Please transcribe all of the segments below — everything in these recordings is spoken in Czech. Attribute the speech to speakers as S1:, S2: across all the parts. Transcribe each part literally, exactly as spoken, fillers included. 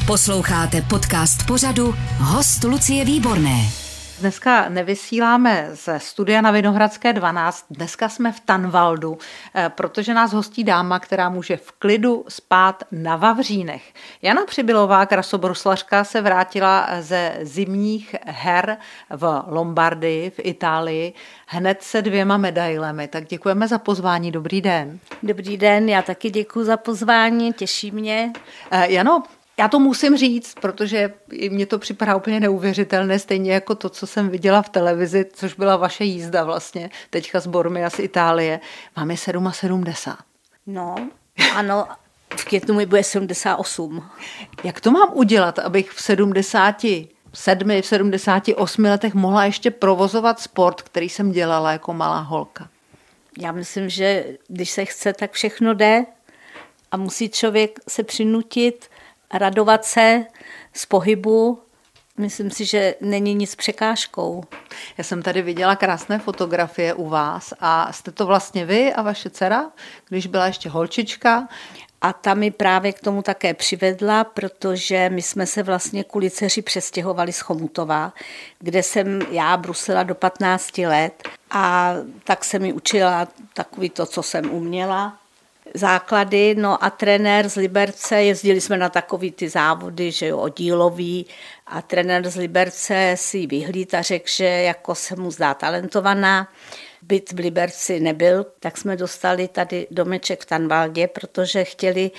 S1: Posloucháte podcast pořadu Host Lucie Výborné.
S2: Dneska nevysíláme ze studia na Vinohradské dvanáct, dneska jsme v Tanvaldu, protože nás hostí dáma, která může v klidu spát na vavřínech. Jana Přibylová, krasobruslařka, se vrátila ze zimních her v Lombardii v Itálii hned se dvěma medailemi. Tak děkujeme za pozvání, dobrý den.
S3: Dobrý den, já taky děkuji za pozvání, těší mě.
S2: Jano, já to musím říct, protože mně to připadá úplně neuvěřitelné, stejně jako to, co jsem viděla v televizi, což byla vaše jízda vlastně, teďka z Bormia z Itálie. Mám je sedmdesát sedm.
S3: No, ano, v květnu mi bude sedmdesát osm.
S2: Jak to mám udělat, abych v sedmdesáti sedmi, v sedmdesáti osmi letech mohla ještě provozovat sport, který jsem dělala jako malá holka?
S3: Já myslím, že když se chce, tak všechno jde a musí člověk se přinutit, radovat se z pohybu. Myslím si, že není nic překážkou.
S2: Já jsem tady viděla krásné fotografie u vás a jste to vlastně vy a vaše dcera, když byla ještě holčička.
S3: A ta mi právě k tomu také přivedla, protože my jsme se vlastně kvůli dceři přestěhovali z Chomutova, kde jsem já brusila do patnácti let a tak se mi učila takový to, co jsem uměla. Základy, no a trenér z Liberce, jezdili jsme na takový ty závody, že jo, oddílový a trenér z Liberce si vyhlíd a řekl, že jako se mu zdá talentovaná. Byt v Liberci nebyl, tak jsme dostali tady domeček v Tanvaldě, protože chtěli,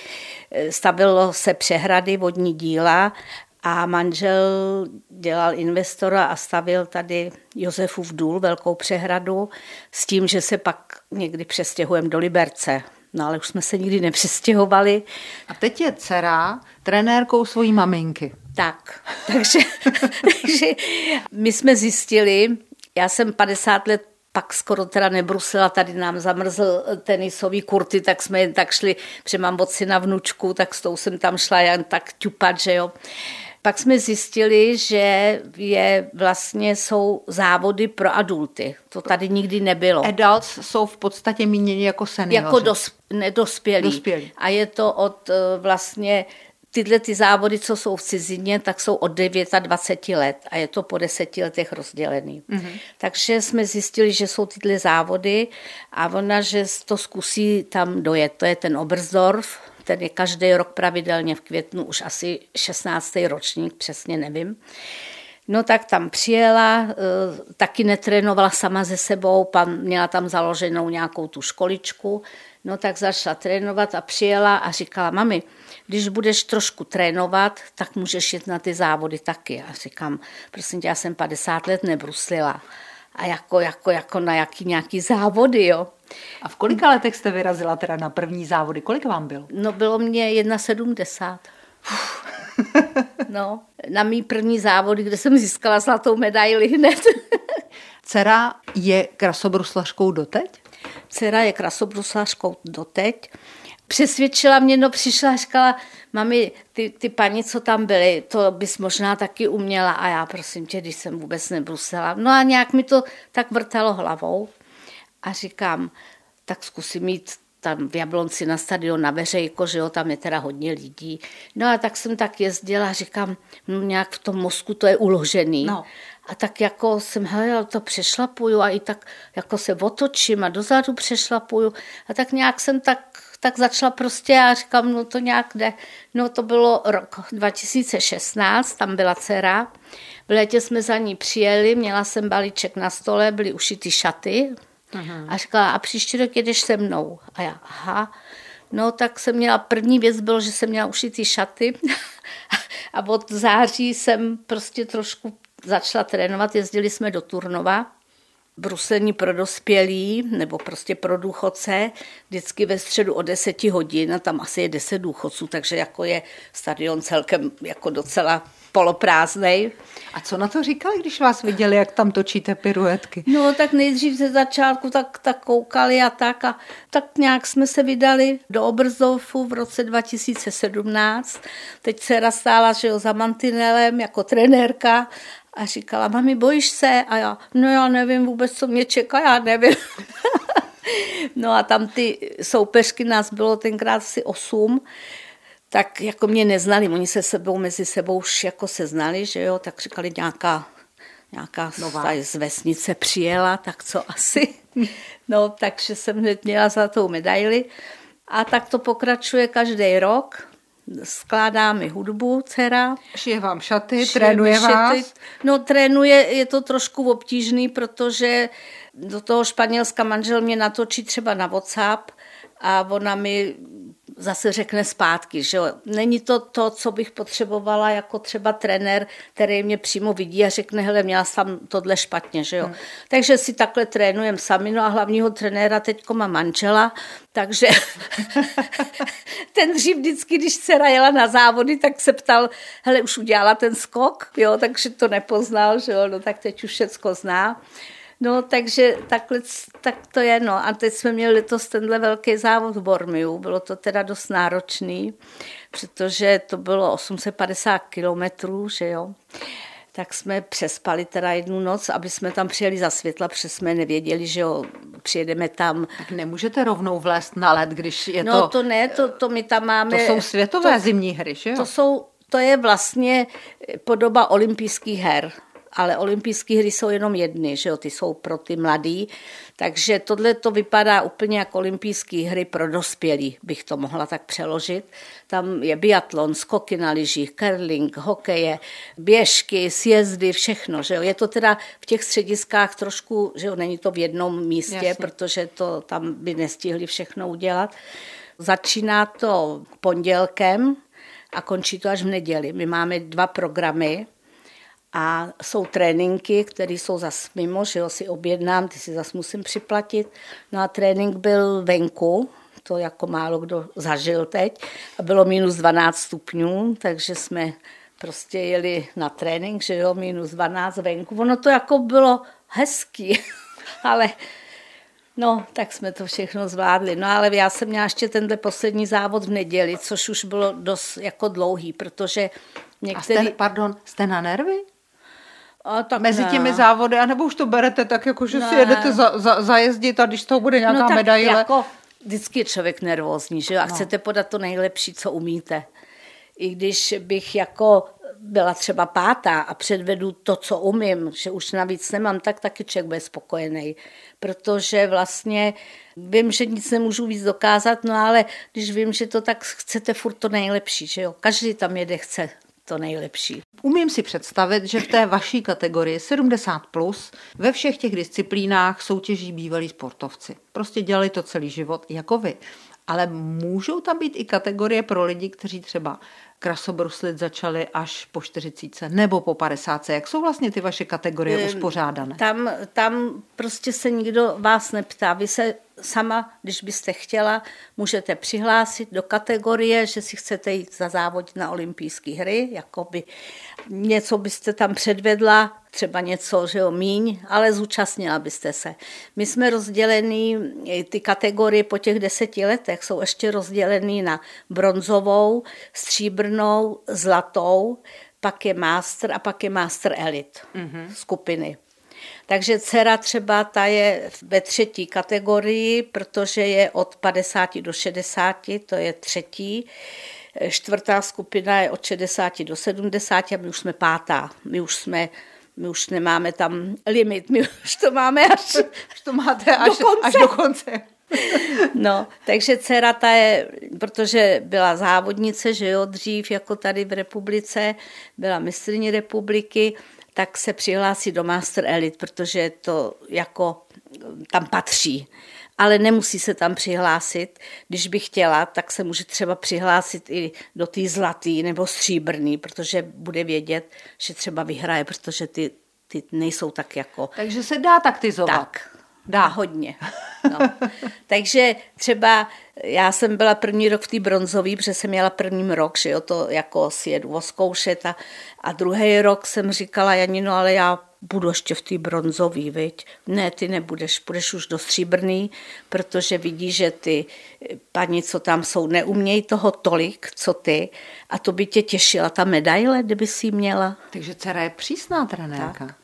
S3: stavilo se přehrady, vodní díla a manžel dělal investora a stavil tady Josefův důl, velkou přehradu, s tím, že se pak někdy přestěhujeme do Liberce. No ale už jsme se nikdy nepřestěhovali.
S2: A teď je dcera trenérkou svojí maminky.
S3: Tak, takže, takže my jsme zjistili, já jsem padesát let pak skoro teda nebrusila, tady nám zamrzl tenisový kurty, tak jsme jen tak šli, protože mám od syna vnučku, tak s tou jsem tam šla jen tak ťupat, že jo. Pak jsme zjistili, že je vlastně jsou závody pro adulty. To tady nikdy nebylo.
S2: Adults jsou v podstatě míněni jako seniori.
S3: Jako dos, nedospělí.
S2: Dospělí.
S3: A je to od vlastně tyhle ty závody, co jsou v cizině, tak jsou od dvacet devět let a je to po deseti letech rozdělený. Mm-hmm. Takže jsme zjistili, že jsou tyhle závody a ona, že to zkusí tam dojet. To je ten Oberstdorf, ten je každý rok pravidelně v květnu, už asi šestnáctý ročník, přesně nevím. No tak tam přijela, taky netrénovala sama ze sebou, pan, měla tam založenou nějakou tu školičku, no tak začala trénovat a přijela a říkala, mami, když budeš trošku trénovat, tak můžeš jít na ty závody taky. A říkám, prosím tě, já jsem padesát let nebruslila. A jako, jako, jako na jaký nějaký závody, jo.
S2: A v kolika letech jste vyrazila teda na první závody? Kolik vám bylo?
S3: No bylo mě sedmdesát jedna. No, na mý první závody, kde jsem získala zlatou medaili hned.
S2: Dcera je krasobruslařkou doteď?
S3: Dcera je krasobruslařkou doteď. Přesvědčila mě, no přišla a říkala, mami, ty, ty paní, co tam byly, to bys možná taky uměla. A já, prosím tě, když jsem vůbec nebrusela. No a nějak mi to tak vrtalo hlavou. A říkám, tak zkusím jít tam v Jablonci na stadion na Veřejko, že jo, tam je teda hodně lidí. No a tak jsem tak jezdila a říkám, no nějak v tom mozku to je uložený. No. A tak jako jsem, hele, to přešlapuju a i tak jako se otočím a dozadu přešlapuju. A tak nějak jsem tak, tak začala prostě a říkám, no to nějak jde. No to bylo rok dva tisíce šestnáct, tam byla dcera. V létě jsme za ní přijeli, měla jsem balíček na stole, byly ušity šaty. Aha. A říkala, a příští rok jedeš se mnou. A já, aha. No tak jsem měla, první věc bylo, že jsem měla ušitý šaty a od září jsem prostě trošku začala trénovat, jezdili jsme do Turnova, bruslení pro dospělí nebo prostě pro důchodce, vždycky ve středu o deseti hodin a tam asi je deset důchodců, takže jako je stadion celkem jako docela poloprázdnej.
S2: A co na to říkali, když vás viděli, jak tam točíte piruetky?
S3: No tak nejdřív ze začátku tak, tak koukali a tak a tak nějak jsme se vydali do Oberstdorfu v roce dva tisíce sedmnáct. Teď dcera stála, že jo, za mantinelem jako trenérka a říkala, mami, bojíš se? A já, no já nevím vůbec, co mě čeká, já nevím. No a tam ty soupeřky, nás bylo tenkrát asi osm, tak jako mě neznali, oni se sebou mezi sebou už jako seznali, že jo, tak říkali nějaká, nějaká z vesnice přijela, tak co asi. No, takže jsem hned měla zlatou medaili a tak to pokračuje každý rok. Skládá mi hudbu, dcera.
S2: Šije vám šaty, Šije trénuje vás? Šaty.
S3: No trénuje, je to trošku obtížný, protože do toho Španělska manžel mě natočí třeba na WhatsApp a ona mi zase řekne zpátky, že jo. Není to to, co bych potřebovala jako třeba trenér, který mě přímo vidí a řekne, hele, měla jsem tam tohle špatně, že jo. Hmm. Takže si takhle trénujem sami, no a hlavního trenéra teďko má manžela, takže ten dřív vždycky, když dcera jela na závody, tak se ptal, hele, už udělala ten skok, jo, takže to nepoznal, že jo, no tak teď už všecko zná. No, takže takhle, tak to je, no. A teď jsme měli letos tenhle velký závod v Bormiu. Bylo to teda dost náročný, protože to bylo osm set padesát kilometrů, že jo. Tak jsme přespali teda jednu noc, aby jsme tam přijeli za světla, protože jsme nevěděli, že jo, přijedeme tam.
S2: Tak nemůžete rovnou vlézt na led, když je
S3: no,
S2: to...
S3: No to ne, to, to my tam máme...
S2: To jsou světové
S3: to,
S2: zimní hry, že jo?
S3: To jsou, to je vlastně podoba olympijských her. Ale olympijské hry jsou jenom jedny, že jo, ty jsou pro ty mladý, takže tohle to vypadá úplně jako olympijské hry pro dospělí, bych to mohla tak přeložit. Tam je biatlon, skoky na lyžích, curling, hokeje, běžky, sjezdy, všechno, že jo. Je to teda v těch střediskách trošku, že jo, není to v jednom místě, Jasně. protože to tam by nestihli všechno udělat. Začíná to pondělkem a končí to až v neděli. My máme dva programy, a jsou tréninky, které jsou zas mimo, že jo, si objednám, ty si zas musím připlatit. No a trénink byl venku, to jako málo kdo zažil teď, a bylo minus dvanáct stupňů, takže jsme prostě jeli na trénink, že jo, minus dvanáct venku. Ono to jako bylo hezký, ale no, tak jsme to všechno zvládli. No ale já jsem měla ještě tenhle poslední závod v neděli, což už bylo dost jako dlouhý, protože některý...
S2: A jste, pardon, jste na nervy?
S3: A tak
S2: Mezi
S3: ne.
S2: těmi závody, anebo už to berete tak, jako že ne. si jedete za, za, zajezdit a když to bude nějaká
S3: no, tak
S2: medaile?
S3: Jako, vždycky je člověk nervózní, že jo? A no. chcete podat to nejlepší, co umíte. I když bych jako byla třeba pátá a předvedu to, co umím, že už navíc nemám, tak taky člověk bude spokojený. Protože vlastně vím, že nic nemůžu víc dokázat, no ale když vím, že to tak chcete furt to nejlepší, že jo? Každý tam jede, chce to nejlepší.
S2: Umím si představit, že v té vaší kategorii sedmdesát plus ve všech těch disciplínách soutěží bývalí sportovci. Prostě dělali to celý život jako vy. Ale můžou tam být i kategorie pro lidi, kteří třeba krasobruslit začali až po čtyřicítce nebo po padesátce. Jak jsou vlastně ty vaše kategorie uspořádané?
S3: Tam, tam prostě se nikdo vás neptá. Vy se sama, když byste chtěla, můžete přihlásit do kategorie, že si chcete jít za závod na olympijské hry, jakoby něco byste tam předvedla, třeba něco, že jo, míň, ale zúčastnila byste se. My jsme rozdělený, ty kategorie po těch deseti letech jsou ještě rozdělený na bronzovou, stříbrnou, zlatou, pak je master a pak je master elite mm-hmm. skupiny. Takže dcera třeba ta je ve třetí kategorii, protože je od padesáti do šedesáti, to je třetí. Čtvrtá skupina je od šedesáti do sedmdesáti a my už jsme pátá. My už jsme, my už nemáme tam limit, my už to máme až,
S2: až to máte až
S3: do konce.
S2: Až do konce.
S3: No, takže dcera ta je, protože byla závodnice, že jo, dřív jako tady v republice, byla mistryně republiky, tak se přihlásí do Master Elite, protože to jako tam patří. Ale nemusí se tam přihlásit. Když by chtěla, tak se může třeba přihlásit i do té zlatý nebo stříbrný, protože bude vědět, že třeba vyhraje, protože ty, ty nejsou tak jako...
S2: Takže se dá taktizovat.
S3: Tak. Dá hodně. No. Takže třeba já jsem byla první rok v té bronzové, protože jsem měla první rok, že jo, to jako si jedu oskoušet a, a druhý rok jsem říkala, Janino, ale já budu ještě v té bronzové, viď? Ne, ty nebudeš, budeš už do stříbrný, protože vidí, že ty paní, co tam jsou, neumějí toho tolik, co ty a to by tě těšila ta medaile, kdyby si ji měla.
S2: Takže dcera je přísná trenérka.
S3: Tak.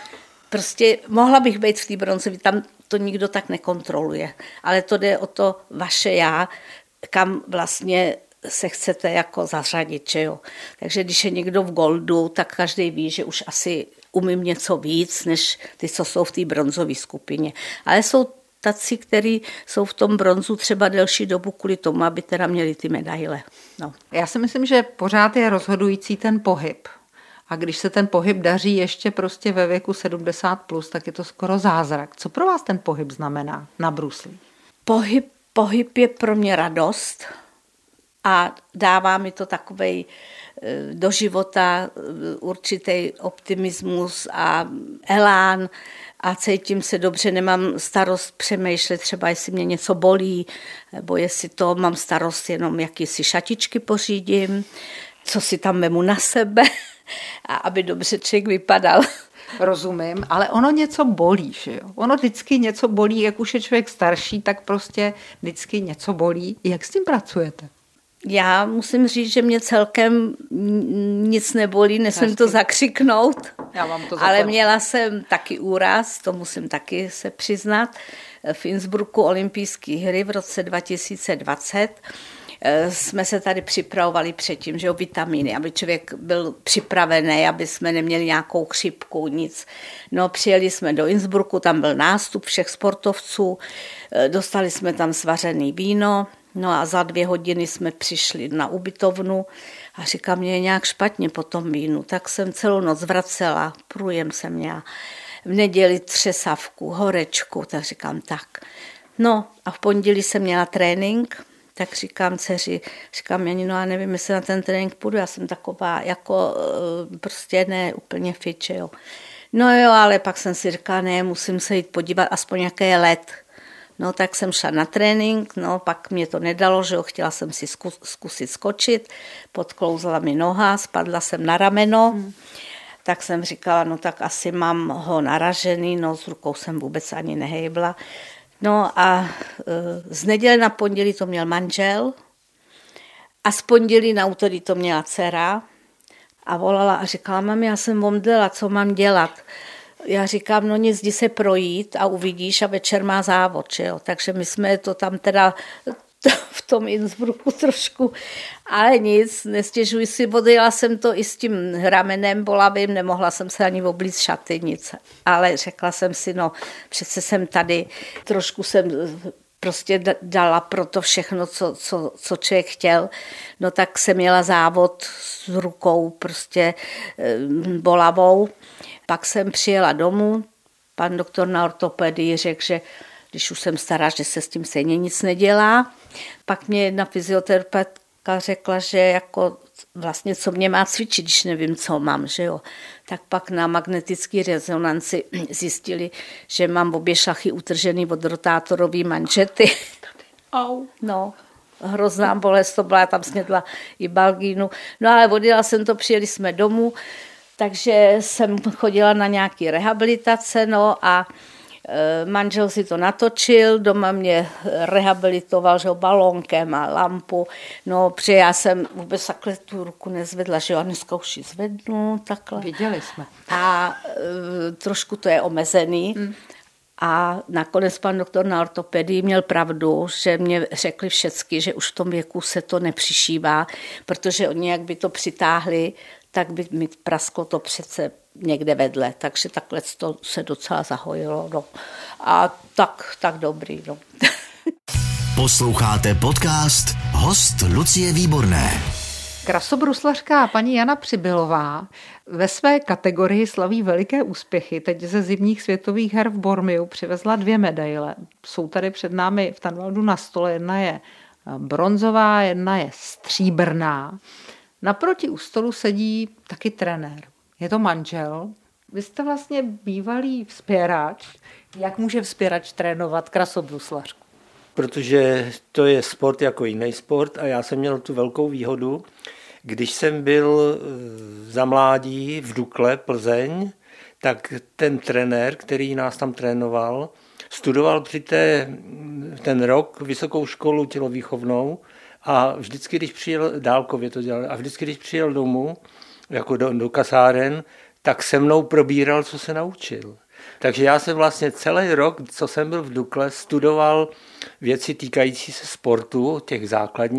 S3: Prostě mohla bych být v té bronzové, tam to nikdo tak nekontroluje. Ale to jde o to vaše já, kam vlastně se chcete jako zařadit, že jo. Takže když je někdo v goldu, tak každý ví, že už asi umím něco víc, než ty, co jsou v té bronzové skupině. Ale jsou tací, kteří jsou v tom bronzu třeba delší dobu kvůli tomu, aby teda měli ty medaile. No.
S2: Já si myslím, že pořád je rozhodující ten pohyb. A když se ten pohyb daří ještě prostě ve věku sedmdesát plus, tak je to skoro zázrak. Co pro vás ten pohyb znamená na bruslích?
S3: Pohyb, pohyb je pro mě radost a dává mi to takovej do života určitý optimismus a elán a cítím se dobře, nemám starost přemýšlet třeba, jestli mě něco bolí, nebo jestli to mám starost jenom, jaký si šatičky pořídím, co si tam vemu na sebe a aby dobře člověk vypadal.
S2: Rozumím, ale ono něco bolí, že jo? Ono vždycky něco bolí, jak už je člověk starší, tak prostě vždycky něco bolí. Jak s tím pracujete?
S3: Já musím říct, že mě celkem nic nebolí, nesmím to zakřiknout,
S2: Já vám to
S3: ale měla jsem taky úraz, to musím taky se přiznat, v Innsbrucku olympijské hry v roce dva tisíce dvacet. Jsme se tady připravovali předtím, že o vitamíny, aby člověk byl připravený, aby jsme neměli nějakou chřipku, nic. No, přijeli jsme do Innsbrucku, tam byl nástup všech sportovců, dostali jsme tam svařený víno, no a za dvě hodiny jsme přišli na ubytovnu a říkám, mě je nějak špatně po tom vínu, tak jsem celou noc vracela, průjem jsem měla. V neděli třesavku, horečku, tak říkám tak. No a v pondělí jsem měla trénink, tak říkám dceři, říkám Janino, já nevím, jestli na ten trénink půjdu, já jsem taková jako prostě ne úplně fit, že jo. No jo, ale pak jsem si říkala, ne, musím se jít podívat, aspoň jaký je led. No tak jsem šla na trénink, no pak mě to nedalo, že jo, chtěla jsem si zkus, zkusit skočit, podklouzla mi noha, spadla jsem na rameno, hmm. tak jsem říkala, no tak asi mám ho naražený, no s rukou jsem vůbec ani nehejbla. No a z neděle na pondělí to měl manžel a z pondělí na úterý to měla dcera a volala a říkala, mami, já jsem omdlela, co mám dělat? Já říkám, no nic, jdi se projít a uvidíš a večer má závod, že jo? Takže my jsme to tam teda v tom Innsbrucku trošku, ale nic, nestěžuji si, odjela jsem to i s tím ramenem bolavým, nemohla jsem se ani oblíct šaty, nic, ale řekla jsem si, no přece jsem tady, trošku jsem prostě dala pro to všechno, co, co, co člověk chtěl, no tak jsem měla závod s rukou prostě bolavou, pak jsem přijela domů, pan doktor na ortopedii řekl, že když už jsem stará, že se s tím stejně nic nedělá. Pak mě jedna fyzioterapeutka řekla, že jako vlastně co mě má cvičit, když nevím, co mám, že jo. Tak pak na magnetické rezonanci zjistili, že mám obě šlachy utržený od rotátorové manžety.
S2: Au.
S3: No, hrozná bolest to byla, tam snědla i balgínu. No ale odjela jsem to, přijeli jsme domů, takže jsem chodila na nějaké rehabilitace, no a manžel si to natočil, doma mě rehabilitoval, že balónkem a lampu, no protože já jsem vůbec takhle tu ruku nezvedla, že jo, a dneska už ji zvednu, takhle.
S2: Viděli jsme.
S3: A e, trošku to je omezený. Hmm. A nakonec pan doktor na ortopedii měl pravdu, že mě řekli všecky, že už v tom věku se to nepřišívá, protože oni jak by to přitáhli, tak by mi prasklo to přece někde vedle, takže takhle to se docela zahojilo. No. A tak, tak dobrý. No.
S1: Posloucháte podcast Host Lucie Výborné.
S2: Krasobruslařka paní Jana Přibylová ve své kategorii slaví veliké úspěchy. Teď ze zimních světových her v Bormiu přivezla dvě medaile. Jsou tady před námi v Tanvaldu na stole. Jedna je bronzová, jedna je stříbrná. Naproti u stolu sedí taky trenér. Je to manžel. Vy jste vlastně bývalý vzpěrač. Jak může vzpěrač trénovat krasobruslařku?
S4: Protože to je sport jako jiný sport a já jsem měl tu velkou výhodu, když jsem byl za mládí v Dukle Plzeň, tak ten trenér, který nás tam trénoval, studoval při té, ten rok vysokou školu tělovýchovnou a vždycky, když přijel, dálkově to dělal, a vždycky, když přijel domů, jako do, do kasáren, tak se mnou probíral, co se naučil. Takže já jsem vlastně celý rok, co jsem byl v Dukle, studoval věci týkající se sportu, těch základních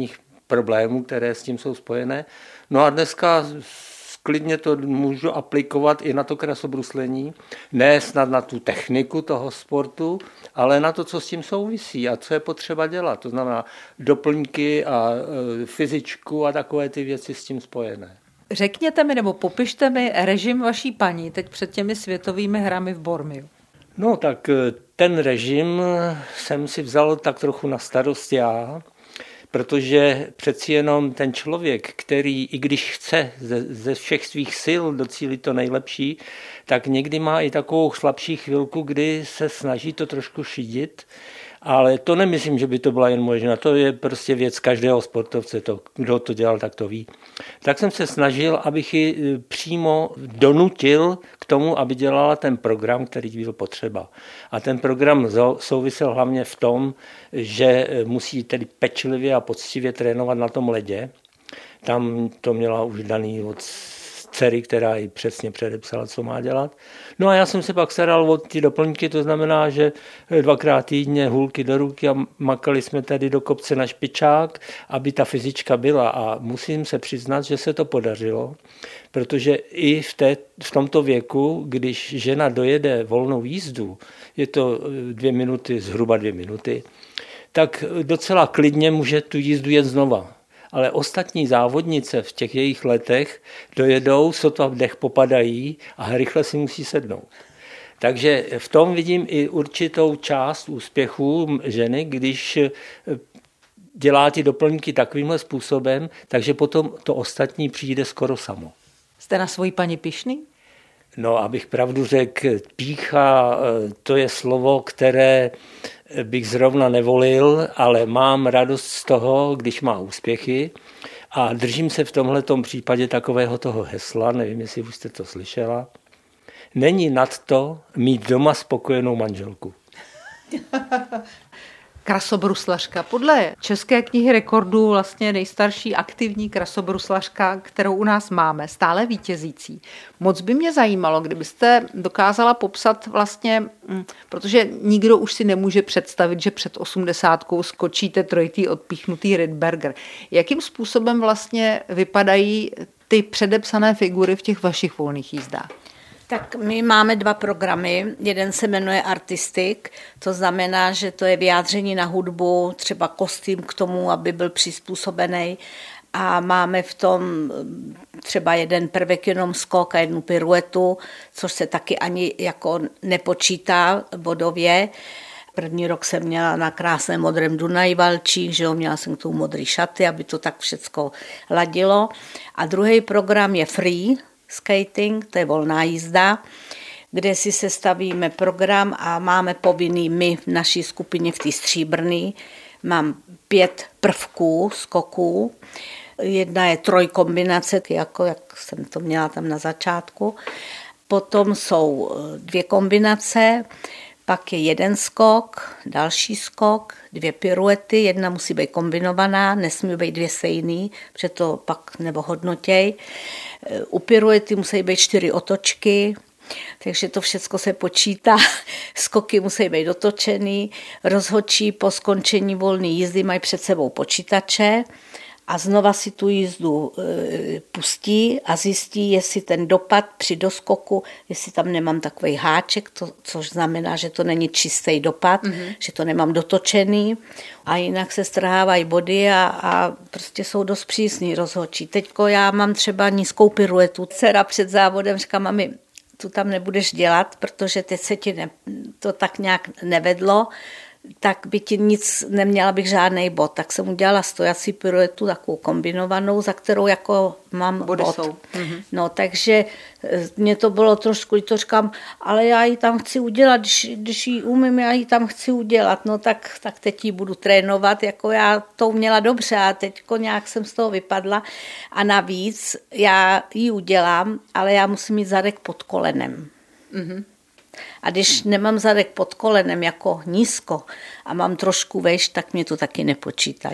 S4: problémů, které s tím jsou spojené. No a dneska klidně to můžu aplikovat i na to krasobruslení, ne snad na tu techniku toho sportu, ale na to, co s tím souvisí a co je potřeba dělat. To znamená doplňky a e, fyzičku a takové ty věci s tím spojené.
S2: Řekněte mi nebo popište mi režim vaší paní teď před těmi světovými hrami v Bormiu.
S4: No tak ten režim jsem si vzal tak trochu na starost já, protože přeci jenom ten člověk, který i když chce ze, ze všech svých sil docílit to nejlepší, tak někdy má i takovou slabší chvilku, kdy se snaží to trošku šidit, ale to nemyslím, že by to byla jen možná, to je prostě věc každého sportovce, to, kdo to dělal, tak to ví. Tak jsem se snažil, abych ji přímo donutil k tomu, aby dělala ten program, který byl potřeba. A ten program souvisel hlavně v tom, že musí tedy pečlivě a poctivě trénovat na tom ledě. Tam to měla už daný od dcery, která ji přesně předepsala, co má dělat. No a já jsem se pak staral o ty doplňky, to znamená, že dvakrát týdně hůlky do ruky a makali jsme tady do kopce na špičák, aby ta fyzička byla. A musím se přiznat, že se to podařilo, protože i v, té, v tomto věku, když žena dojede volnou jízdu, je to dvě minuty, zhruba dvě minuty, tak docela klidně může tu jízdu jet znova. Ale ostatní závodnice v těch jejich letech dojedou, sotva v dech popadají a rychle si musí sednout. Takže v tom vidím i určitou část úspěchu ženy, když dělá ty doplňky takovýmhle způsobem, takže potom to ostatní přijde skoro samo.
S2: Jste na svoji paní pyšný?
S4: No, abych pravdu řekl, pýcha, to je slovo, které bych zrovna nevolil, ale mám radost z toho, když má úspěchy a držím se v tomhletom případě takového toho hesla, nevím, jestli už jste to slyšela. Není nad to mít doma spokojenou manželku.
S2: Krasobruslařka. Podle České knihy rekordů vlastně nejstarší aktivní krasobruslařka, kterou u nás máme, stále vítězící. Moc by mě zajímalo, kdybyste dokázala popsat vlastně, protože nikdo už si nemůže představit, že před osmdesátkou skočíte trojitý odpíchnutý Rydberger. Jakým způsobem vlastně vypadají ty předepsané figury v těch vašich volných jízdách?
S3: Tak my máme dva programy. Jeden se jmenuje Artistic, to znamená, že to je vyjádření na hudbu, třeba kostým k tomu, aby byl přizpůsobený. A máme v tom třeba jeden prvek jenom skok a jednu piruetu, což se taky ani jako nepočítá bodově. První rok jsem měla na krásném modrém Dunaji valčík, že jo, měla jsem k tomu modrý šaty, aby to tak všecko ladilo. A druhý program je free skating, to je volná jízda, kde si sestavíme program a máme povinný my v naší skupině v té stříbrný. Mám pět prvků skoků. Jedna je trojkombinace, jako jak jsem to měla tam na začátku. Potom jsou dvě kombinace, pak je jeden skok, další skok, dvě piruety, jedna musí být kombinovaná, nesmí být dvě stejný, protože to pak nebo hodnotěj. U piruety musí být čtyři otočky, takže to všechno se počítá. Skoky musí být dotočený, rozhodčí po skončení volné jízdy mají před sebou počítače a znova si tu jízdu e, pustí a zjistí, jestli ten dopad při doskoku, jestli tam nemám takový háček, to, což znamená, že to není čistý dopad, mm-hmm. že to nemám dotočený a jinak se strhávají body a, a prostě jsou dost přísný rozhodčí. Teďko já mám třeba nízkou piruetu. Dcera před závodem říká, mami, tu tam nebudeš dělat, protože teď se ti ne, to tak nějak nevedlo, tak by ti nic, neměla bych žádný bod. Tak jsem udělala stojací piruetu, takovou kombinovanou, za kterou jako mám
S2: body
S3: bod.
S2: Jsou. Mhm.
S3: No, takže mě to bylo trošku, to říkám, ale já ji tam chci udělat, když, když ji umím, já ji tam chci udělat, no tak, tak teď ji budu trénovat, jako já to uměla dobře a teďko nějak jsem z toho vypadla a navíc já ji udělám, ale já musím mít zadek pod kolenem. Mhm. A když nemám zadek pod kolenem jako nízko a mám trošku vejš, tak mě to taky nepočítají.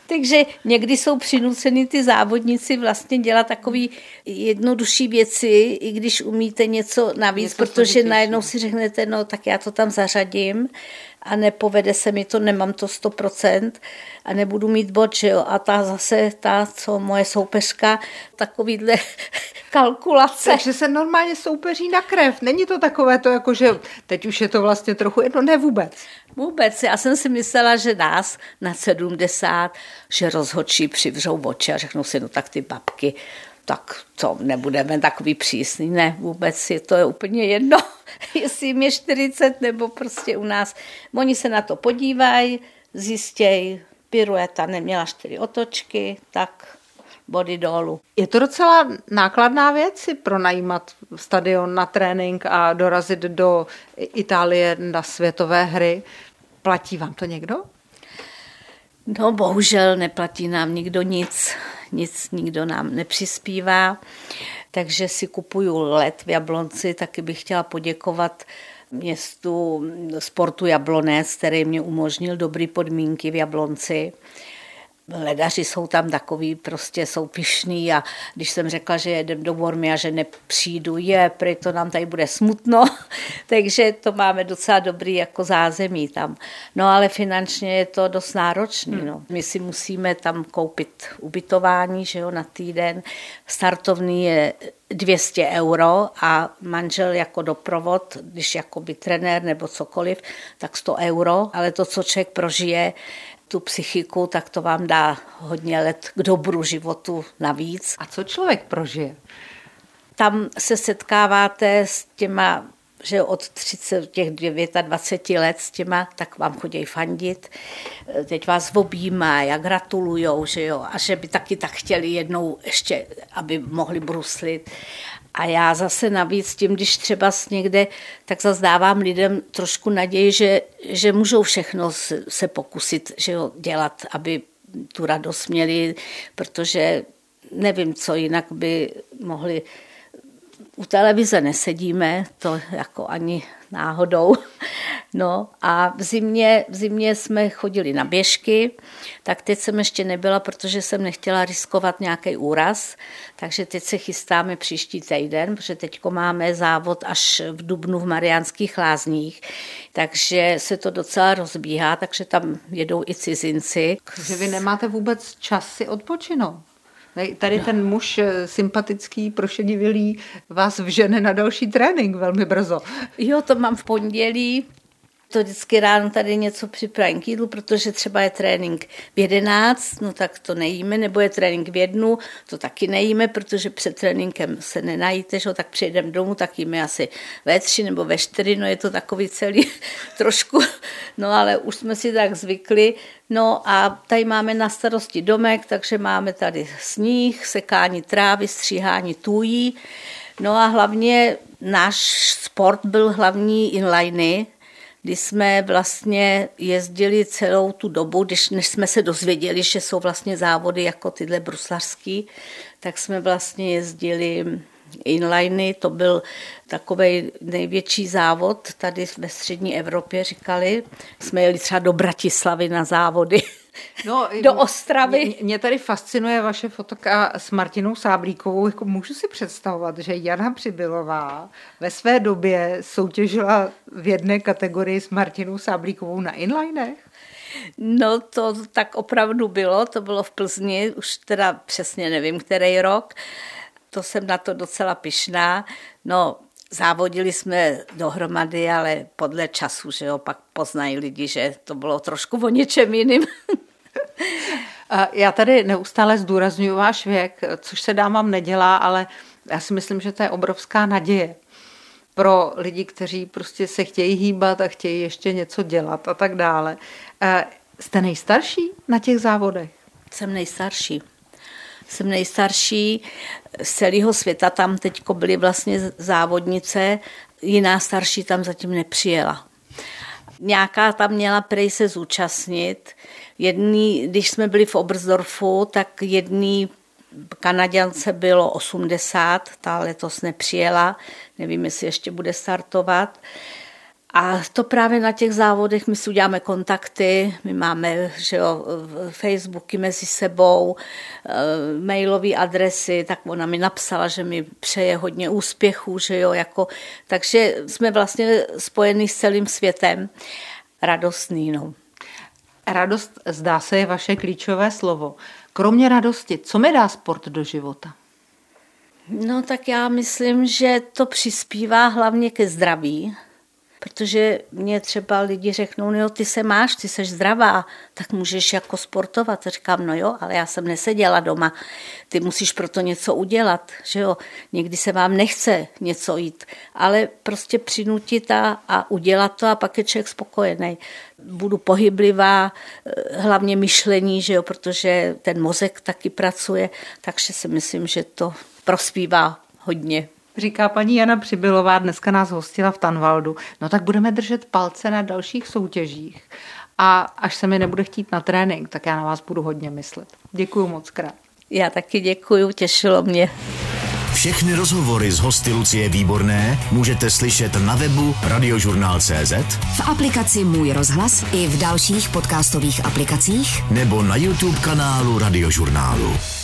S3: Takže někdy jsou přinuceni ty závodníci vlastně dělat takové jednodušší věci, i když umíte něco navíc, něco protože složitější. Najednou si řeknete, no tak já to tam zařadím a nepovede se mi to, nemám to sto procent a nebudu mít bod, že jo. A ta zase, ta, co moje soupeřka, takovýhle kalkulace.
S2: Takže se normálně soupeří na krev. Není to takové to, jako že teď už je to vlastně trochu jedno, ne vůbec.
S3: Vůbec. Já jsem si myslela, že nás na sedmdesát, že rozhodčí přivřou oči a řeknou si, no tak ty babky, tak co, nebudeme takový přísný. Ne, vůbec je to je úplně jedno, jestli jim je čtyřicet nebo prostě u nás. Oni se na to podívají, zjistějí, pirueta neměla čtyři otočky, tak body dolů.
S2: Je to docela nákladná věc si pronajímat stadion na trénink a dorazit do Itálie na světové hry. Platí vám to někdo?
S3: No bohužel neplatí nám nikdo nic, nic nikdo nám nepřispívá, takže si kupuju let v Jablonci, taky bych chtěla poděkovat městu sportu Jablonec, který mě umožnil dobré podmínky v Jablonci. Ledaři jsou tam takový, prostě jsou pyšný a když jsem řekla, že jedem do Vormy a že nepřijdu, je, prý to nám tady bude smutno, takže to máme docela dobrý jako zázemí tam. No ale finančně je to dost náročný, no. My si musíme tam koupit ubytování, že jo, na týden. Startovný je dvě stě euro a manžel jako doprovod, když jakoby trenér nebo cokoliv, tak sto euro, ale to, co člověk prožije, tu psychiku, tak to vám dá hodně let k dobru životu navíc.
S2: A co člověk prožije?
S3: Tam se setkáváte s těma, že od třicet, těch dvacet devět let s těma, tak vám chodí fandit. Teď vás objímají a gratulujou, že jo, a že by taky tak chtěli jednou ještě, aby mohli bruslit. A já zase navíc tím, když třeba někde, tak zase dávám lidem trošku naději, že, že můžou všechno se pokusit, že jo, dělat, aby tu radost měli, protože nevím, co jinak by mohli. U televize nesedíme, to jako ani náhodou. No a v zimě, v zimě jsme chodili na běžky, tak teď jsem ještě nebyla, protože jsem nechtěla riskovat nějaký úraz, takže teď se chystáme příští týden, protože teďko máme závod až v dubnu v Mariánských Lázních, takže se to docela rozbíhá, takže tam jedou i cizinci.
S2: Takže vy nemáte vůbec čas si odpočinout. Tady no. Ten muž sympatický, prošedivilý vás vžene na další trénink velmi brzo.
S3: Jo, to mám v pondělí. To vždycky ráno tady něco připravím k jídlu, protože třeba je trénink v jedenáct, no tak to nejíme, nebo je trénink v jednu, to taky nejíme, protože před tréninkem se nenajíte, že? Tak přijedeme domů, tak jíme asi ve tři nebo ve čtyři, no je to takový celý trošku, no ale už jsme si tak zvykli. No a tady máme na starosti domek, takže máme tady sníh, sekání trávy, stříhání tůjí, no a hlavně náš sport byl hlavní inliny, kdy jsme vlastně jezdili celou tu dobu, když, než jsme se dozvěděli, že jsou vlastně závody jako tyhle bruslařský, tak jsme vlastně jezdili inliny, to byl takovej největší závod tady ve střední Evropě, říkali. Jsme jeli třeba do Bratislavy na závody. No, do Ostravy.
S2: Mě, mě tady fascinuje vaše fotka s Martinou Sáblíkovou. Jako můžu si představovat, že Jana Přibylová ve své době soutěžila v jedné kategorii s Martinou Sáblíkovou na inlinech?
S3: No to tak opravdu bylo, to bylo v Plzni, už teda přesně nevím, který rok. To jsem na to docela pyšná. No, závodili jsme dohromady, ale podle času, že jo, pak poznají lidi, že to bylo trošku o něčem jiným.
S2: Já tady neustále zdůrazňuji váš věk, což se dámám nedělá, ale já si myslím, že to je obrovská naděje pro lidi, kteří prostě se chtějí hýbat a chtějí ještě něco dělat a tak dále. Jste nejstarší na těch závodech?
S3: Jsem nejstarší. Jsem nejstarší z celého světa, tam teďko byly vlastně závodnice, jiná starší tam zatím nepřijela. Nějaká tam měla prej se zúčastnit. Jedný, když jsme byli v Oberstdorfu, tak jedný Kanaďance bylo osmdesát, ta letos nepřijela, nevím, jestli ještě bude startovat. A to právě na těch závodech my si uděláme kontakty, my máme, že jo, Facebooky mezi sebou, mailové adresy, tak ona mi napsala, že mi přeje hodně úspěchů, že jo, jako, takže jsme vlastně spojení s celým světem. Radostný, no.
S2: Radost, zdá se, je vaše klíčové slovo. Kromě radosti, co mi dá sport do života?
S3: No tak já myslím, že to přispívá hlavně ke zdraví, protože mě třeba lidi řeknou, no jo, ty se máš, ty seš zdravá, tak můžeš jako sportovat. A říkám, no jo, ale já jsem neseděla doma, ty musíš proto něco udělat, že jo. Někdy se vám nechce něco jít, ale prostě přinutit a, a udělat to a pak je člověk spokojený. Budu pohyblivá, hlavně myšlení, že jo, protože ten mozek taky pracuje, takže si myslím, že to prospívá hodně.
S2: Říká paní Jana Přibylová, dneska nás hostila v Tanvaldu. No tak budeme držet palce na dalších soutěžích. A až se mi nebude chtít na trénink, tak já na vás budu hodně myslet. Děkuju moc krát.
S3: Já taky děkuju, těšilo mě.
S5: Všechny rozhovory s hosty Lucie Výborné můžete slyšet na webu radiožurnál tečka cé zet,
S1: v aplikaci Můj rozhlas i v dalších podcastových aplikacích
S5: nebo na YouTube kanálu Radiožurnálu.